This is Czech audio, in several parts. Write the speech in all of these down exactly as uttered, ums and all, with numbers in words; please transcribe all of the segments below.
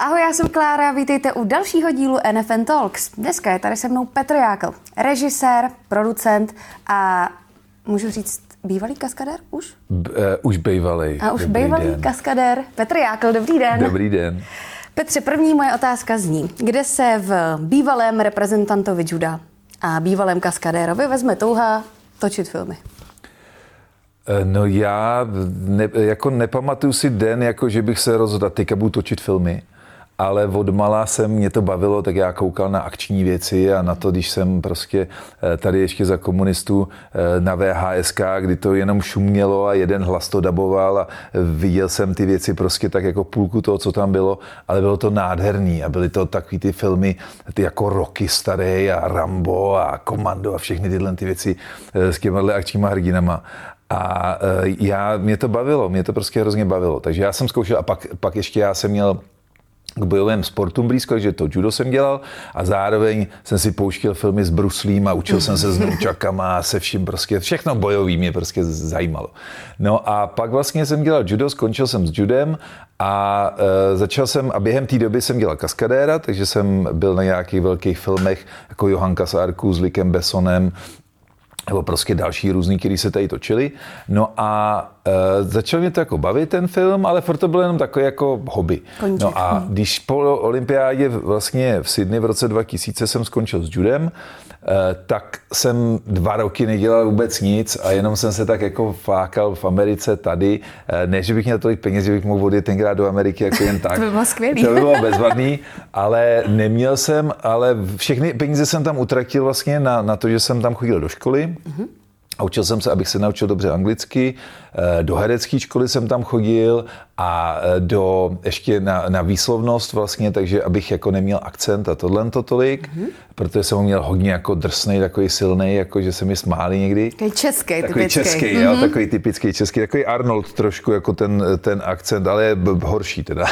Ahoj, já jsem Klára, vítejte u dalšího dílu N F N Talks. Dneska je tady se mnou Petr Jákl, režisér, producent a můžu říct bývalý kaskadér už? B, uh, už bývalý. A už bývalý den. Kaskadér. Petr Jákl, dobrý den. Dobrý den. Petře, první moje otázka zní, kde se v bývalém reprezentantovi juda a bývalém kaskadérovi vezme touha točit filmy? No já ne, jako nepamatuju si den, jako že bych se rozhodl, teďka budu točit filmy, ale odmala jsem, mě to bavilo, tak já koukal na akční věci a na to, když jsem prostě tady ještě za komunistů na V H S K, kdy to jenom šumělo a jeden hlas to daboval a viděl jsem ty věci prostě tak jako půlku toho, co tam bylo, ale bylo to nádherný a byly to takový ty filmy, ty jako Rocky starý a Rambo a Komando a všechny tyhle ty věci s těmihle akčníma hrdinama. A já, mě to bavilo, mě to prostě hrozně bavilo. Takže já jsem zkoušel a pak, pak ještě já jsem měl k bojovým sportům blízko, že to judo jsem dělal a zároveň jsem si pouštěl filmy s Bruslím a učil jsem se s nunčakama a se vším prostě, všechno bojový mě prostě zajímalo. No a pak vlastně jsem dělal judo, skončil jsem s judem a e, začal jsem, a během té doby jsem dělal kaskadéra, takže jsem byl na nějakých velkých filmech jako Johanka z Arku s Luckem Bessonem, nebo prostě další různý, který se tady točili. No a e, začal mě to jako bavit ten film, ale furt to bylo jenom takový jako hobby. Konček. No a když po olympiádě vlastně v Sydney v roce dva tisíce jsem skončil s judem, e, tak jsem dva roky nedělal vůbec nic a jenom jsem se tak jako flákal v Americe tady. E, ne, že bych měl tolik peněz, že bych mohl odjet tenkrát do Ameriky jako jen tak. To by bylo skvělý. To by bylo bezvadný, ale neměl jsem, ale všechny peníze jsem tam utratil vlastně na, na to, že jsem tam chodil do školy. Mm-hmm. A učil jsem se, abych se naučil dobře anglicky. Do herecké školy jsem tam chodil a do, ještě na, na výslovnost vlastně, takže abych jako neměl akcent a tohle to tolik, mm-hmm. protože jsem ho měl hodně jako drsnej, takový silnej, jako že se mi smáli někdy. Takový český, takový typický. český, mm-hmm. jo, takový typický český, takový Arnold trošku, jako ten, ten akcent, ale je horší teda.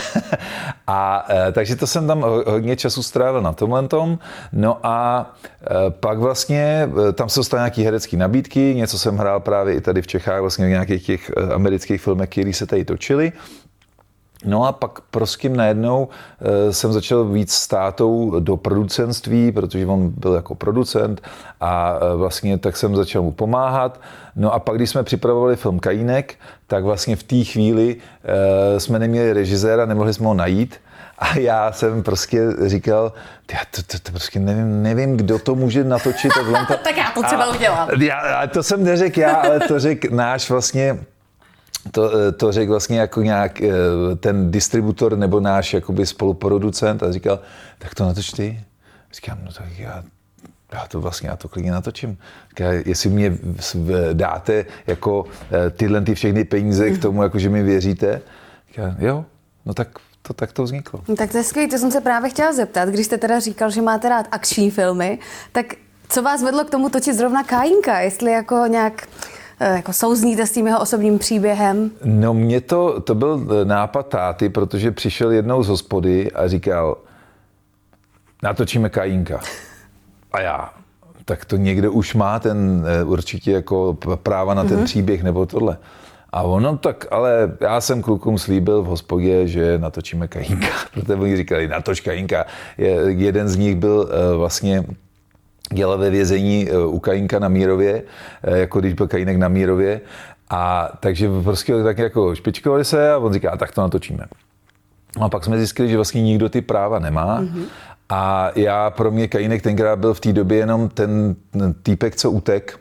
A takže to jsem tam hodně času strávil na tomhle tom. No a pak vlastně tam se dostal nějaký herecký nabídky, něco jsem hrál právě i tady v Čechách, vlastně v nějakých těch amerických filmech, které se tady točily. No a pak prostě najednou e, jsem začal víc s tátou do producentství, protože on byl jako producent a e, vlastně tak jsem začal mu pomáhat. No a pak, když jsme připravovali film Kajínek, tak vlastně v té chvíli e, jsme neměli režiséra, nemohli jsme ho najít. A já jsem prostě říkal, já to, to, to prostě nevím, nevím, kdo to může natočit. To, tak já to třeba udělám. Já, to jsem neřekl já, ale to řekl náš vlastně, to, to řekl vlastně jako nějak ten distributor nebo náš jakoby spoluproducent a říkal, tak to natoč ty. Říkám, no tak já, já to vlastně, já to klidně natočím. Říkal, jestli mě dáte jako tyhle ty všechny peníze k tomu, jako že mi věříte. Říkal, jo, no tak To tak to vzniklo. Tak to je skvělý, to jsem se právě chtěla zeptat. Když jste teda říkal, že máte rád akční filmy, tak co vás vedlo k tomu točit zrovna Kajínka? Jestli jako nějak jako souzníte s tím jeho osobním příběhem? No mě to, to byl nápad táty, protože přišel jednou z hospody a říkal, natočíme Kajínka. A já, tak to někdo už má ten určitě jako práva na ten mm-hmm. příběh nebo tohle. A ono tak, ale já jsem klukům slíbil v hospodě, že natočíme Kajínka, protože oni říkali, natoč Kajínka. Jeden z nich byl vlastně, dělal ve vězení u Kajínka na Mírově, jako když byl Kajínek na Mírově. A takže prostě tak jako špičkovali se a on říká, tak to natočíme. A pak jsme zjistili, že vlastně nikdo ty práva nemá. Mm-hmm. A já, pro mě Kajínek tenkrát byl v té době jenom ten týpek, co utek.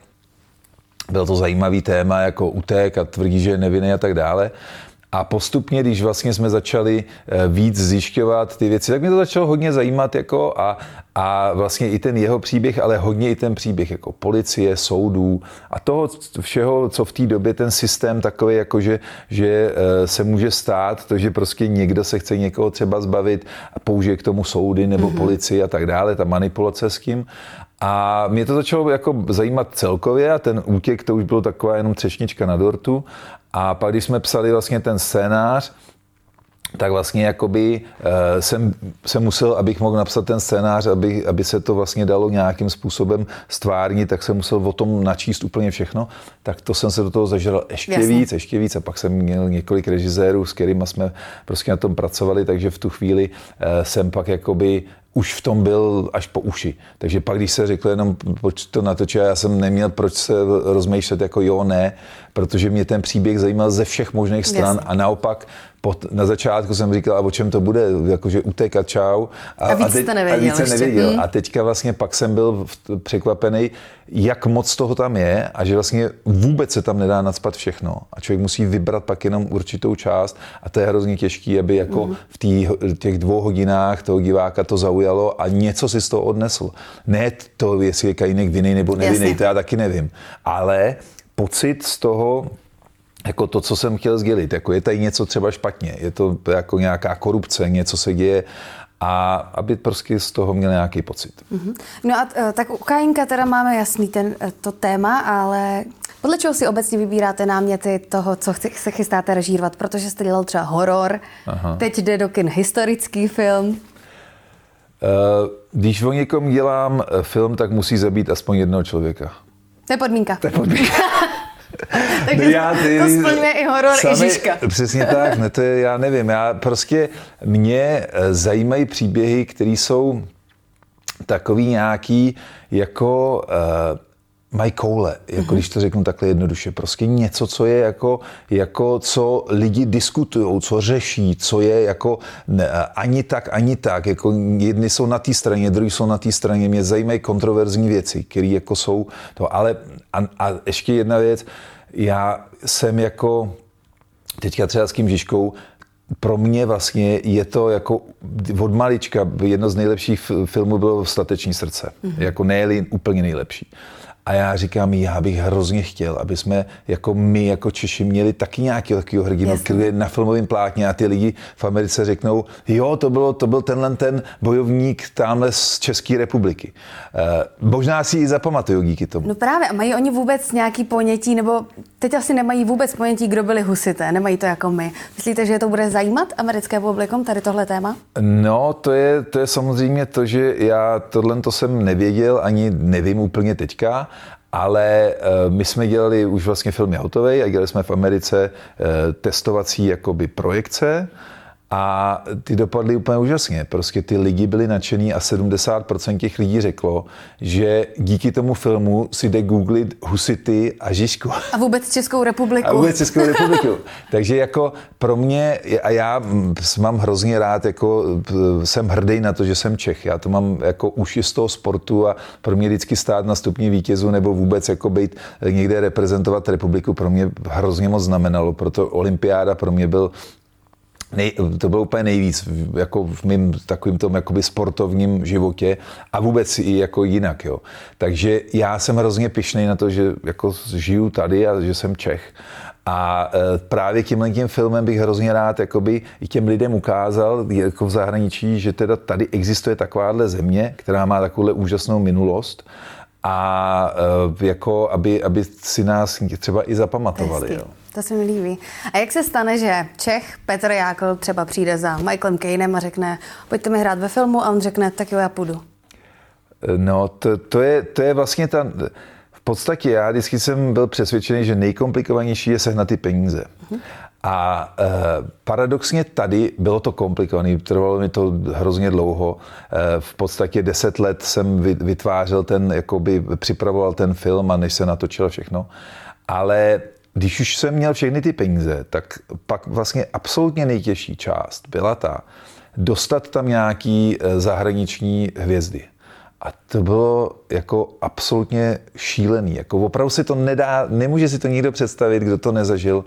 Byl to zajímavý téma, jako utek a tvrdí, že je nevinný a tak dále. A postupně, když vlastně jsme začali víc zjišťovat ty věci, tak mě to začalo hodně zajímat jako a, a vlastně i ten jeho příběh, ale hodně i ten příběh jako policie, soudů a toho všeho, co v té době ten systém takový, jako že, že se může stát, to, že prostě někdo se chce někoho třeba zbavit a použije k tomu soudy nebo mm-hmm. policii a tak dále, ta manipulace s tím. A mě to začalo jako zajímat celkově a ten útěk, to už bylo taková jenom třešnička na dortu. A pak, když jsme psali vlastně ten scénář, tak vlastně jakoby uh, jsem, jsem musel, abych mohl napsat ten scénář, aby, aby se to vlastně dalo nějakým způsobem stvárnit, tak jsem musel o tom načíst úplně všechno. Tak to jsem se do toho zažral ještě Jasně. víc, ještě víc. A pak jsem měl několik režisérů, s kterými jsme prostě na tom pracovali, takže v tu chvíli uh, jsem pak jakoby už v tom byl až po uši. Takže pak, když se řekl jenom, proč to natočil, já jsem neměl proč se rozmýšlet jako jo, ne, protože mě ten příběh zajímal ze všech možných stran Jasně. a naopak Pod, na začátku jsem říkal, a o čem to bude, jakože utek a čau. A, a víc jste nevěděl. A víc ještě. nevěděl. Hmm. A teďka vlastně pak jsem byl překvapený, jak moc toho tam je a že vlastně vůbec se tam nedá nacpat všechno. A člověk musí vybrat pak jenom určitou část a to je hrozně těžký, aby jako hmm. v tý, těch dvou hodinách toho diváka to zaujalo a něco si z toho odnesl. Ne to, jestli je Kajínek vinný nebo nevinný, to já taky nevím. Ale pocit z toho, jako to, co jsem chtěl sdělit, jako je tady něco třeba špatně, je to jako nějaká korupce, něco se děje a aby prostě z toho měl nějaký pocit. Mm-hmm. No a tak u Kajínka teda máme jasný ten, to téma, ale podle čeho si obecně vybíráte náměty toho, co se chystáte režírovat? Protože jste dělal třeba horor, Aha. teď jde do kin historický film. Když o někom dělám film, tak musí zabít aspoň jednoho člověka. To je podmínka. To je podmínka. Takže já, ty, to splňuje i horor sami, i Žižka. Přesně tak, ne, to je, já nevím, já prostě mě zajímají příběhy, které jsou takový nějaký jako uh, mají koule, jako mm-hmm. když to řeknu takhle jednoduše, prostě něco, co je jako, jako co lidi diskutujou, co řeší, co je jako ne, ani tak, ani tak, jako jedni jsou na té straně, druhý jsou na té straně, mě zajímají kontroverzní věci, které jako jsou to, ale a, a ještě jedna věc, já jsem jako teďka třeba s tím Žižkou, pro mě vlastně je to jako od malička, jedno z nejlepších filmů bylo Stateční srdce, mm-hmm. jako ne úplně nejlepší. A já říkám, já bych hrozně chtěl, aby jsme jako my, jako Češi, měli taky nějaký takovýho hrdinu, který je na filmovém plátně a ty lidi v Americe řeknou, jo, to, bylo, to byl tenhle ten bojovník tamhle z České republiky. Uh, možná si ji zapamatuju díky tomu. No právě, a mají oni vůbec nějaký ponětí, nebo teď asi nemají vůbec ponětí, kdo byli husité, nemají to jako my. Myslíte, že to bude zajímat americké publikum, tady tohle téma? No, to je, to je samozřejmě to, že já tohle to jsem nevěděl, ani nevím úplně teďka, ale uh, my jsme dělali už vlastně film je hotovej a dělali jsme v Americe uh, testovací jakoby projekce a ty dopadly úplně úžasně. Prostě ty lidi byli nadšení a sedmdesát procent těch lidí řeklo, že díky tomu filmu si jde googlit husity a Žižku. A vůbec Českou republiku. A vůbec Českou republiku. Takže jako pro mě, a já mám hrozně rád, jako jsem hrdý na to, že jsem Čech. Já to mám jako už i z toho sportu a pro mě vždycky stát na stupni vítězů nebo vůbec jako být někde reprezentovat republiku pro mě hrozně moc znamenalo. Proto olympiáda pro mě byl Nej, to bylo úplně nejvíc jako v mém takovým tom jakoby sportovním životě a vůbec i jako jinak. Jo. Takže já jsem hrozně pyšnej na to, že jako žiju tady a že jsem Čech. A e, právě tímhle tím filmem bych hrozně rád jakoby i těm lidem ukázal jako v zahraničí, že teda tady existuje takováhle země, která má takovouhle úžasnou minulost a e, jako aby, aby si nás třeba i zapamatovali. Jo. To se mi líbí. A jak se stane, že Čech Petr Jákl třeba přijde za Michaelem Cainem a řekne, pojďte mi hrát ve filmu a on řekne, tak jo, já půjdu. No, to, to, je, to je vlastně ta... V podstatě já vždycky jsem byl přesvědčený, že nejkomplikovanější je sehnat ty peníze. Uh-huh. A e, paradoxně tady bylo to komplikované, trvalo mi to hrozně dlouho. E, v podstatě deset let jsem vytvářel ten, jakoby připravoval ten film a než se natočil všechno. Ale když už jsem měl všechny ty peníze, tak pak vlastně absolutně nejtěžší část byla ta, dostat tam nějaký zahraniční hvězdy. A to bylo jako absolutně šílený. Jako opravdu si to nedá, nemůže si to nikdo představit, kdo to nezažil.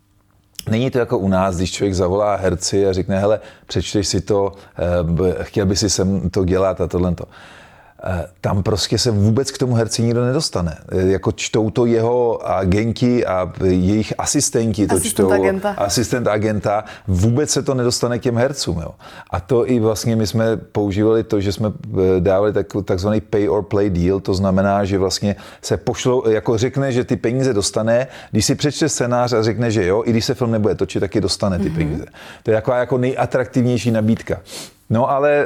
Není to jako u nás, když člověk zavolá herci a řekne, hele, přečteš si to, chtěl by si sem to dělat a tohle to. tam prostě se vůbec k tomu herci nikdo nedostane. Jako čtou to jeho agenti a jejich asistenti, to asistent čtou, agenta. asistent agenta, vůbec se to nedostane k těm hercům. Jo. A to i vlastně my jsme používali to, že jsme dávali tak, takzvaný pay or play deal, to znamená, že vlastně se pošlou, jako řekne, že ty peníze dostane, když si přečte scénář a řekne, že jo, i když se film nebude točit, taky dostane ty mm-hmm. peníze. To je taková jako nejatraktivnější nabídka. No ale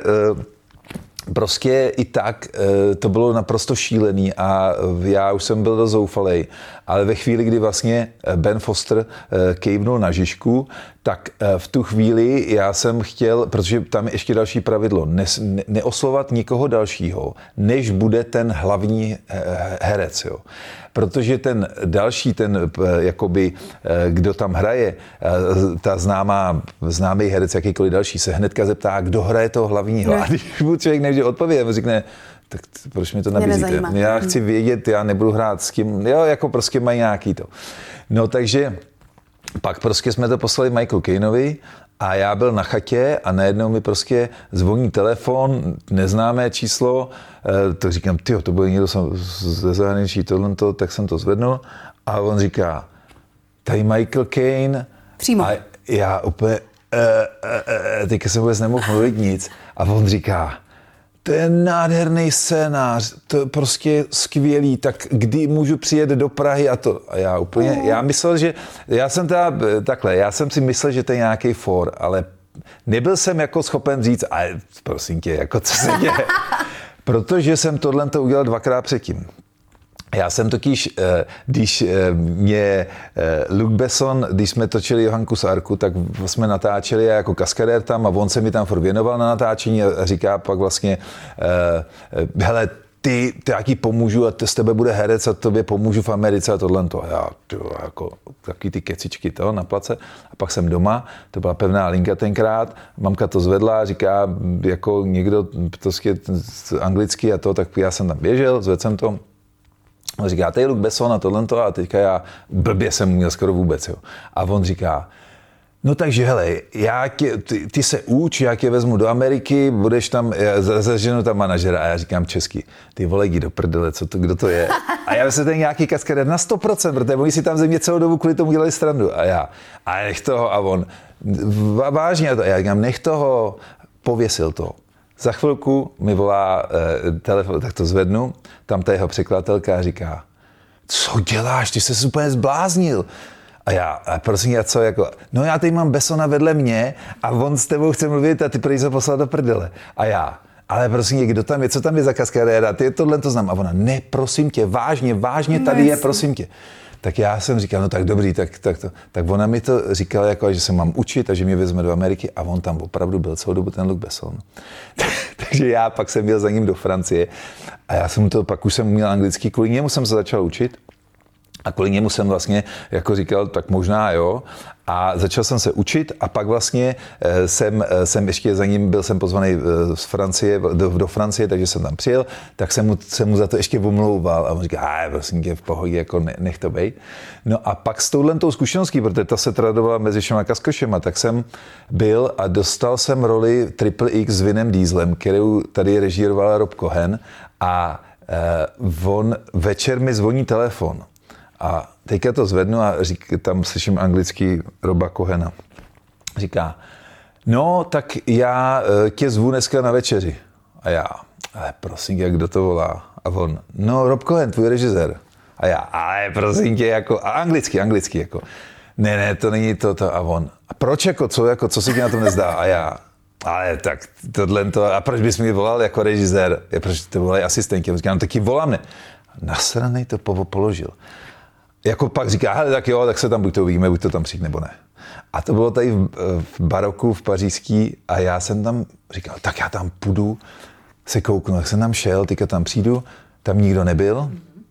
prostě i tak to bylo naprosto šílený a já už jsem byl dost zoufalej, ale ve chvíli, kdy vlastně Ben Foster kejvnul na Žižku, tak v tu chvíli já jsem chtěl, protože tam je ještě další pravidlo, ne, ne, neoslovat nikoho dalšího, než bude ten hlavní herec. Jo. Protože ten další, ten jakoby, kdo tam hraje, ta známá, známý herec, jakýkoliv další, se hnedka zeptá, kdo hraje toho hlavního. Ne. A když mu člověk nevíde odpověď, řekne, tak proč mi to nabízíte? Já chci vědět, já nebudu hrát s kým, jo, jako prostě mají nějaký to. No takže pak prostě jsme to poslali Michael Caineovi a já byl na chatě a najednou mi prostě zvoní telefon, neznámé číslo, to říkám, tyjo, to bude někdo ze zahraničí, tohle, tak jsem to zvednul a on říká, tady Michael Caine. Přímo. A já úplně, e, e, e, teďka jsem vůbec nemohl mluvit nic a on říká, to je nádherný scénář, to je prostě skvělý, tak kdy můžu přijet do Prahy a to. A já úplně, já myslel, že, já jsem teda takhle, já jsem si myslel, že to je nějaký for, ale nebyl jsem jako schopen říct, a prosím tě, jako co se děje, protože jsem tohle to udělal dvakrát předtím. Já jsem totiž, když mě Luc Besson, když jsme točili Johanku z Arku, tak jsme natáčeli jako kaskadér tam a on se mi tam furt věnoval na natáčení a říká pak vlastně, hele, ty, ty jaký pomůžu a z tebe bude herec a tobě pomůžu v Americe a tohle to. Já, to, jako taky ty kecičky to na place. A pak jsem doma, to byla pevná linka tenkrát, mamka to zvedla a říká, jako někdo prostě anglicky a to, tak já jsem tam běžel, zvedl jsem to. On říká, tady Luc Besson a tohle a teďka já blbě jsem měl skoro vůbec. Jo. A on říká, no takže hele, já tě, ty, ty se uč, já tě vezmu do Ameriky, budeš tam, zaženu tam manažera a já říkám česky, ty vole, jdi do prdele, co to, kdo to je? A já myslím, že ten nějaký kaskadér na sto procent, protože oni si tam ze mě celou dobu kvůli tomu dělali strandu. A já, a nech toho, a on, vážně, a já říkám, nech toho, pověsil to. Za chvilku mi volá e, telefon, tak to zvednu, tam ta jeho překladatelka říká, co děláš, ty jsi se úplně zbláznil. A já, a prosím, já co, jako, no já tady mám Bessona vedle mě a on s tebou chce mluvit a ty prý se poslal do prdele. A já, ale prosím, kdo tam je, co tam je za kaskadéra, ty tohle to znám. A ona, ne, prosím tě, vážně, vážně tady je, prosím tě. Tak já jsem říkal, no tak dobrý, tak, tak, to. tak ona mi to říkala, jako, že se mám učit a že mě vezme do Ameriky a on tam opravdu byl celou dobu ten Luc Besson. Takže já pak jsem byl za ním do Francie a já jsem to, pak už jsem uměl anglicky, kvůli němu jsem se začal učit a kvůli němu jsem vlastně jako říkal, tak možná jo. A začal jsem se učit a pak vlastně jsem, jsem ještě za ním, byl jsem pozvaný z Francie, do, do Francie, takže jsem tam přijel, tak jsem mu, jsem mu za to ještě omlouval a on říká, a prosím tě, v pohodě, jako ne, nech to bejt. No a pak s touhletou zkušeností, protože ta se tradovala mezi všema kaskošema, tak jsem byl a dostal jsem roli Triple X s Vinem Dieselem, kterou tady režíroval Rob Cohen a eh, on večer mi zvoní telefon. A teďka to zvednu a řík, tam slyším anglický Roba Cohena. Říká, no tak já tě zvu dneska na večeři. A já, ale prosím tě, kdo to volá? A on, no Rob Cohen, tvůj režisér. A já, ale prosím tě, jako, a anglicky, anglicky, jako, ne, ne, to není to, to. A on, a proč, jako, co, jako, co se ti na tom nezdá? A já, ale tak tohle to, a proč bys mi volal jako režisér? Je, proč to volají asistenti? A říkám, no taky volám, ne. Nasranej to položil. Jako pak říká, hele, tak jo, tak se tam buď to uvidíme, buď to tam přijít, nebo ne. A to bylo tady v, v baroku, v pařížský a já jsem tam říkal, tak já tam půjdu se kouknu, tak jsem tam šel, teďka tam přijdu, tam nikdo nebyl.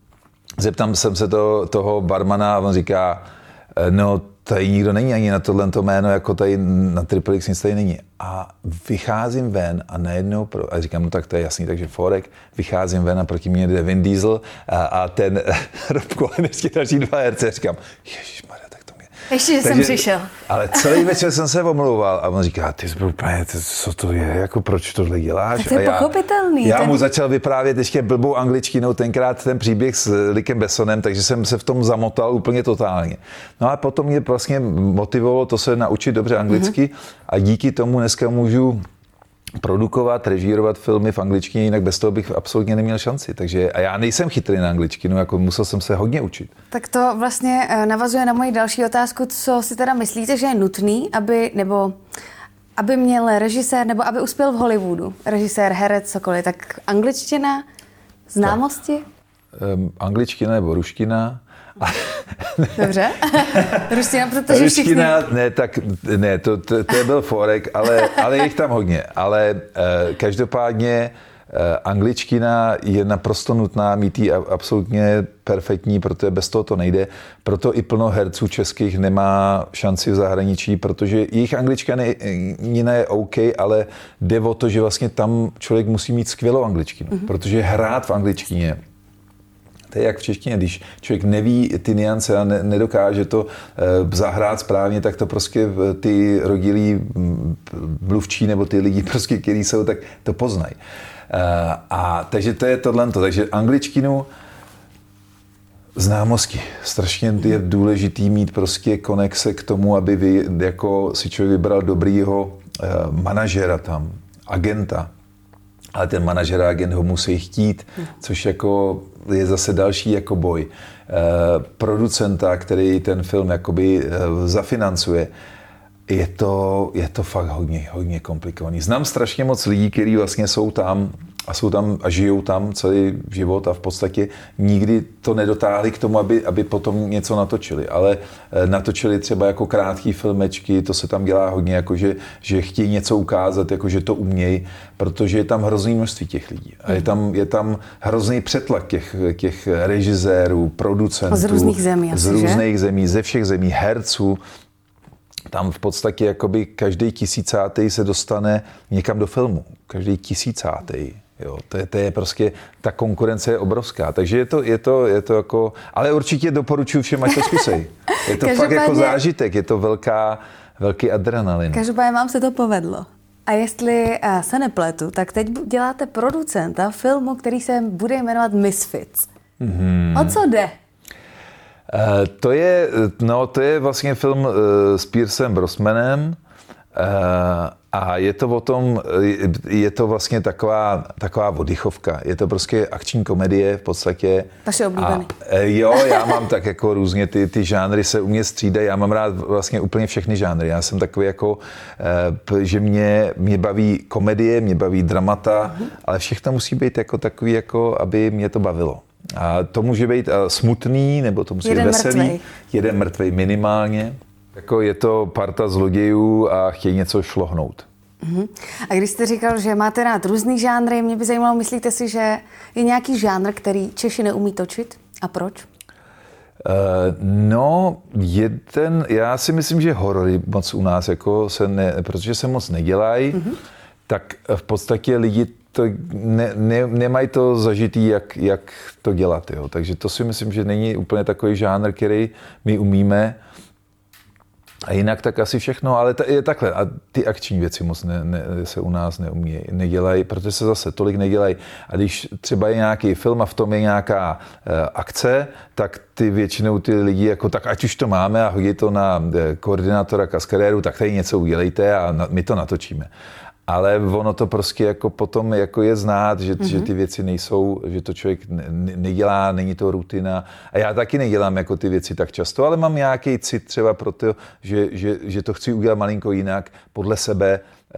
Zeptám jsem se to, toho barmana a on říká, no tady nikdo není ani na tohle jméno, jako tady na Triple X nic tady není. A vycházím ven a najednou, pro, a říkám, no tak to je jasný, takže forek, vycházím ven a proti mě jde Vin Diesel a, a ten Rob Cohen ještě další dva herce. A říkám, ježišmarja, tak to mě. Ještě, že jsem přišel. Ale celý večer jsem se omlouval a on říká, ty úplně, co to je, jako proč tohle děláš? To je já, pochopitelný. Já ten... mu začal vyprávět ještě blbou angličtinou, tenkrát ten příběh s Luckem Bessonem, takže jsem se v tom zamotal úplně totálně. No a potom mě vlastně motivovalo to se naučit dobře anglicky mm-hmm. a díky tomu dneska můžu produkovat, režírovat filmy v angličtině, jinak bez toho bych absolutně neměl šanci. Takže, a já nejsem chytrý na angličtinu, jako musel jsem se hodně učit. Tak to vlastně navazuje na moji další otázku, co si teda myslíte, že je nutný, aby, nebo aby měl režisér, nebo aby uspěl v Hollywoodu, režisér, herec, cokoliv, tak angličtina, známosti? Um, angličtina nebo ruština. Dobře. Ruština, protože Ruština, všichni... ne, tak ne, to, to, to byl forek, ale, ale je jich tam hodně. Ale uh, každopádně uh, angličtina je naprosto nutná, mít ji absolutně perfektní, protože bez toho to nejde. Proto i plno herců českých nemá šanci v zahraničí, protože jejich angličtina je OK, ale jde o to, že vlastně tam člověk musí mít skvělou angličtinu, mm-hmm. protože hrát v angličtině to je jak v češtině, když člověk neví ty niance a ne, nedokáže to e, zahrát správně, tak to prostě ty rodilí mluvčí nebo ty lidi, prostě, kteří jsou, tak to poznají. E, a takže to je tohle. Takže angličtinu, známosti. Strašně je důležitý mít prostě konexe k tomu, aby vy, jako si člověk vybral dobrýho e, manažera tam, agenta. Ale ten manažer a agent ho musí chtít, což jako je zase další jako boj. E, producenta, který ten film jakoby e, zafinancuje, je to, je to fakt hodně, hodně komplikovaný. Znám strašně moc lidí, kteří vlastně jsou tam a jsou tam a žijou tam celý život a v podstatě nikdy to nedotáhli k tomu, aby, aby potom něco natočili. Ale natočili třeba jako krátký filmečky, to se tam dělá hodně, jako že, že chtějí něco ukázat, jako že to umějí, protože je tam hrozný množství těch lidí. A je tam, je tam hrozný přetlak těch, těch režisérů, producentů. Z různých zemí. Z asi, různých že? zemí, ze všech zemí, herců. Tam v podstatě jakoby každý tisícátý se dostane někam do filmu. Každý tisícátý. Jo, to, je, to je prostě, ta konkurence je obrovská, takže je to, je to, je to jako, ale určitě doporučuji všem, ať to zkusej. Je to fakt jako zážitek, je to velká, velký adrenalin. Každopádně vám se to povedlo. A jestli se nepletu, tak teď děláte producenta filmu, který se bude jmenovat Misfits. Mm-hmm. O co jde? Uh, to je, no, to je vlastně film uh, s Piercem Brosnanem. Uh, A je to o tom, je to vlastně taková, taková oddychovka. Je to prostě akční komedie v podstatě. Vaše oblíbený. A, jo, já mám tak jako různě, ty, ty žánry se u mě střídají. Já mám rád vlastně úplně všechny žánry. Já jsem takový jako, že mě, mě baví komedie, mě baví dramata, uh-huh. ale všechno musí být jako takový, jako, aby mě to bavilo. A to může být smutný, nebo to musí být veselý. Mrtvej. Jeden mrtvej minimálně. Jako je to parta zlodějů a chtějí něco šlohnout. Uh-huh. A když jste říkal, že máte rád různý žánry, mě by zajímalo, myslíte si, že je nějaký žánr, který Češi neumí točit? A proč? Uh, no, jeden, já si myslím, že horory moc u nás, jako se ne, protože se moc nedělají, uh-huh. tak v podstatě lidi to ne, ne, nemají to zažitý, jak, jak to dělat. Jo. Takže to si myslím, že není úplně takový žánr, který my umíme. A jinak tak asi všechno, ale ta, je takhle. A ty akční věci moc ne, ne, se u nás neumí, nedělají, protože se zase tolik nedělají. A když třeba je nějaký film a v tom je nějaká e, akce, tak ty většinou ty lidi jako tak ať už to máme a hodí to na e, koordinátora kaskadéru, tak tady něco udělejte a na, my to natočíme. Ale ono to prostě jako potom jako je znát, že, mm-hmm. že ty věci nejsou, že to člověk ne, nedělá, není to rutina. A já taky nedělám jako ty věci tak často, ale mám nějaký cit třeba pro to, že, že, že to chci udělat malinko jinak, podle sebe.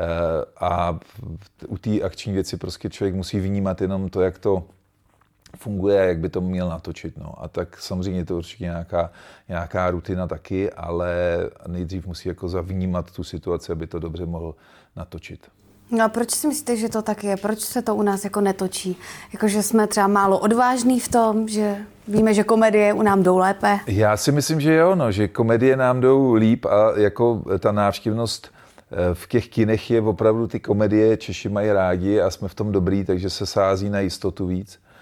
A u té akční věci prostě člověk musí vnímat jenom to, jak to funguje, jak by to měl natočit. No. A tak samozřejmě je to určitě nějaká, nějaká rutina taky, ale nejdřív musí jako zavnímat tu situaci, aby to dobře mohl natočit. No a proč si myslíte, že to tak je? Proč se to u nás jako netočí? Jako, že jsme třeba málo odvážní v tom, že víme, že komedie u nám jdou lépe? Já si myslím, že jo, no, že komedie nám jdou líp a jako ta návštěvnost v těch kinech je opravdu ty komedie, Češi mají rádi a jsme v tom dobrý, takže se sází na jistotu víc.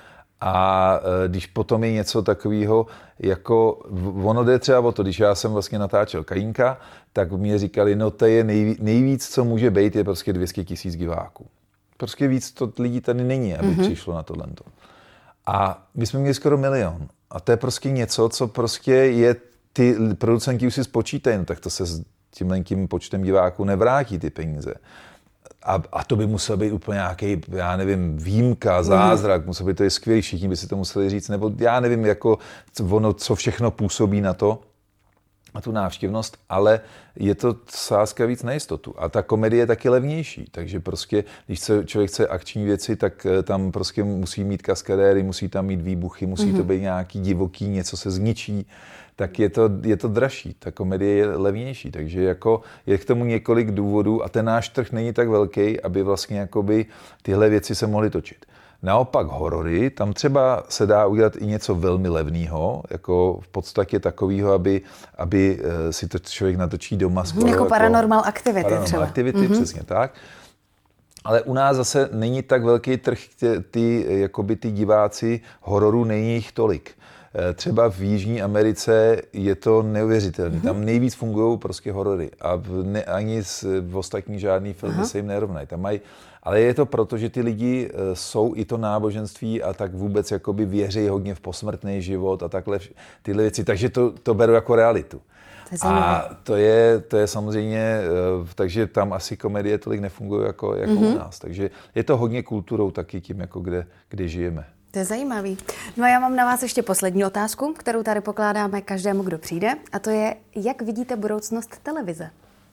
A když potom je něco takového, jako ono jde třeba o to, když já jsem vlastně natáčel Kajínka, tak mě říkali, no to je nejvíc, nejvíc, co může být, je prostě dvě stě tisíc diváků. Prostě víc to lidí tady není, aby mm-hmm. přišlo na tohle. A my jsme měli skoro milion. A to je prostě něco, co prostě je, ty producenti už si spočítají, no tak to se s tímhlenkým počtem diváků nevrátí ty peníze. A, a to by musel být úplně nějaký, já nevím, výjimka, zázrak, mm. musel by to je skvělý, všichni by si to museli říct, nebo já nevím, jako ono, co všechno působí na to, na tu návštěvnost, ale je to sázka víc na jistotu. A ta komedie je taky levnější, takže prostě, když se, člověk chce akční věci, tak tam prostě musí mít kaskadéry, musí tam mít výbuchy, musí mm-hmm. to být nějaký divoký, něco se zničí, tak je to, je to dražší. Ta komedie je levnější, takže jako je k tomu několik důvodů a ten náš trh není tak velký, aby vlastně jakoby tyhle věci se mohly točit. Naopak horory, tam třeba se dá udělat i něco velmi levného, jako v podstatě takového, aby, aby si to člověk natočí doma. Skoro, jako paranormal aktivity paranormal třeba. aktivity, mm-hmm. přesně tak. Ale u nás zase není tak velký trh, ty, jakoby ty diváci hororů není jich tolik. Třeba v Jižní Americe je to neuvěřitelné. Mm-hmm. Tam nejvíc fungují prostě horory a v ne, ani z, v ostatní žádný filmy Aha. se jim nerovnají. Tam mají, ale je to proto, že ty lidi jsou i to náboženství a tak vůbec jakoby věří hodně v posmrtný život a takhle tyhle věci. Takže to, to beru jako realitu. To a to je, to je samozřejmě, takže tam asi komedie tolik nefunguje jako, jako mm-hmm. u nás. Takže je to hodně kulturou taky tím, jako kde, kde žijeme. To je zajímavý. No a já mám na vás ještě poslední otázku, kterou tady pokládáme každému, kdo přijde. A to je, jak vidíte budoucnost televize?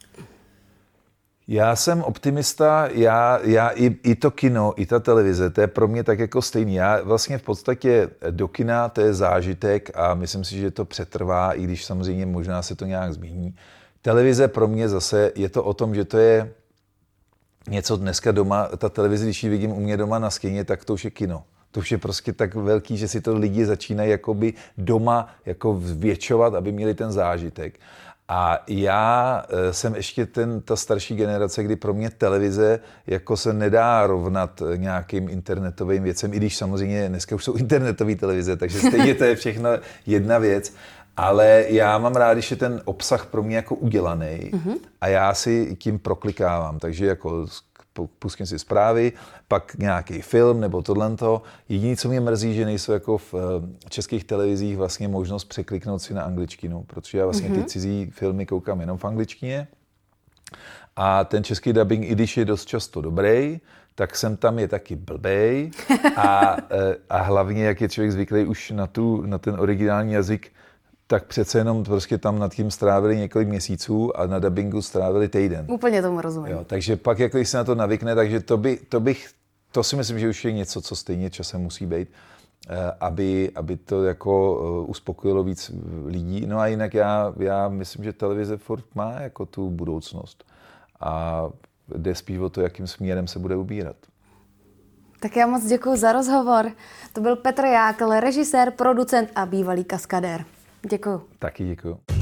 Já jsem optimista, já, já i, i to kino, i ta televize, to je pro mě tak jako stejný. Já vlastně v podstatě do kina to je zážitek a myslím si, že to přetrvá, i když samozřejmě možná se to nějak změní. Televize pro mě zase je to o tom, že to je něco dneska doma, ta televize, když ji vidím u mě doma na skině, tak to už je kino. To už je prostě tak velký, že si to lidi začínají jakoby doma jako zvětšovat, aby měli ten zážitek. A já jsem ještě ten, ta starší generace, kdy pro mě televize jako se nedá rovnat nějakým internetovým věcem, i když samozřejmě dneska už jsou internetové televize, takže stejně to je všechno jedna věc. Ale já mám rád, když je ten obsah pro mě jako udělaný mm-hmm. a já si tím proklikávám, takže jako pustím si zprávy, pak nějaký film nebo tohleto. Jediné, co mě mrzí, že nejsou jako v českých televizích vlastně možnost překliknout si na angličtinu, protože já vlastně mm-hmm. ty cizí filmy koukám jenom v angličtině. A ten český dubbing, i když je dost často dobrý, tak jsem tam je taky blbej. A, a hlavně, jak je člověk zvyklý už na, tu, na ten originální jazyk, tak přece jenom prostě tam nad tím strávili několik měsíců a na dabingu strávili týden. Úplně tomu rozumím. Jo, takže pak, jako když se na to navykne, takže to, by, to bych, to si myslím, že už je něco, co stejně časem musí být, aby, aby to jako uspokojilo víc lidí. No a jinak já, já myslím, že televize furt má jako tu budoucnost. A jde spíš o to, jakým směrem se bude ubírat. Tak já moc děkuji za rozhovor. To byl Petr Jákl, režisér, producent a bývalý kaskadér. Děkuju. Taky děkuju.